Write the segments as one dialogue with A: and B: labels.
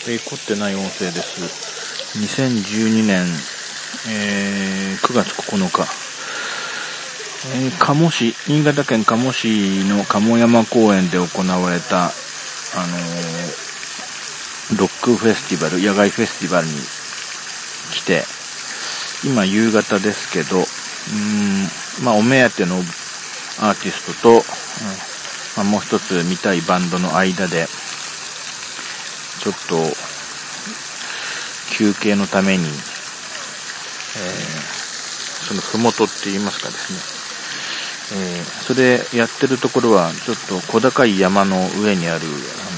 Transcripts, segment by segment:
A: 凝ってない音声です。2012年、9月9日、加茂市、新潟県加茂市の鴨山公園で行われた、ロックフェスティバル、野外フェスティバルに来て、今夕方ですけど、お目当てのアーティストと、もう一つ見たいバンドの間で、ちょっと休憩のために、そのふもとって言いますかですね、それやってるところはちょっと小高い山の上にある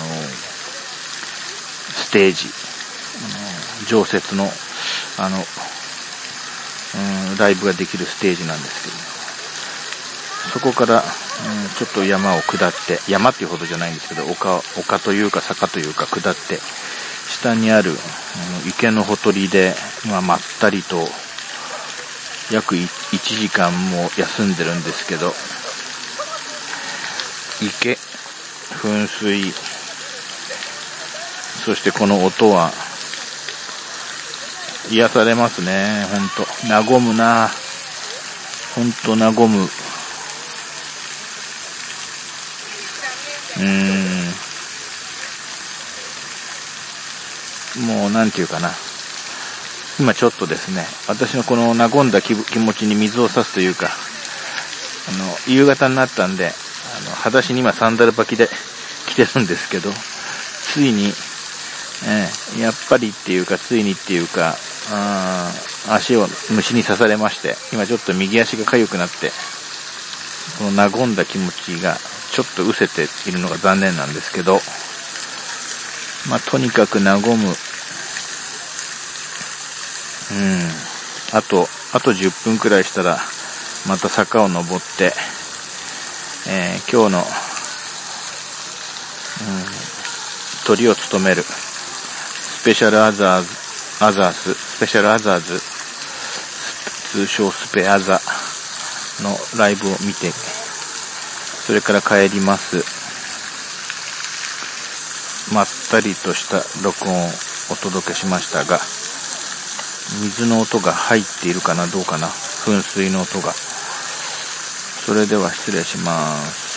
A: ステージ、常設のライブができるステージなんですけど、そこから、ちょっと山を下って、山っていうほどじゃないんですけど、丘というか坂というか下って、下にある、池のほとりで、まったりと約1時間も休んでるんですけど、池、噴水、そしてこの音は癒されますね。ほんと和むな、ほんと和む。もうなんていうかな、今ちょっとですね、私のこの和んだ気持ちに水を差すというか、夕方になったんで、裸足に今サンダル履きで来てるんですけど、ついに、やっぱりっていうか、足を虫に刺されまして、今ちょっと右足が痒くなって、この和んだ気持ちがちょっと失せているのが残念なんですけど、とにかく和む。あと10分くらいしたら、また坂を登って、今日の、トリを務める、スペシャルアザーズ、通称スペアザのライブを見て、それから帰ります。まったりとした録音をお届けしましたが、水の音が入っているかなどうかな、噴水の音が。それでは失礼します。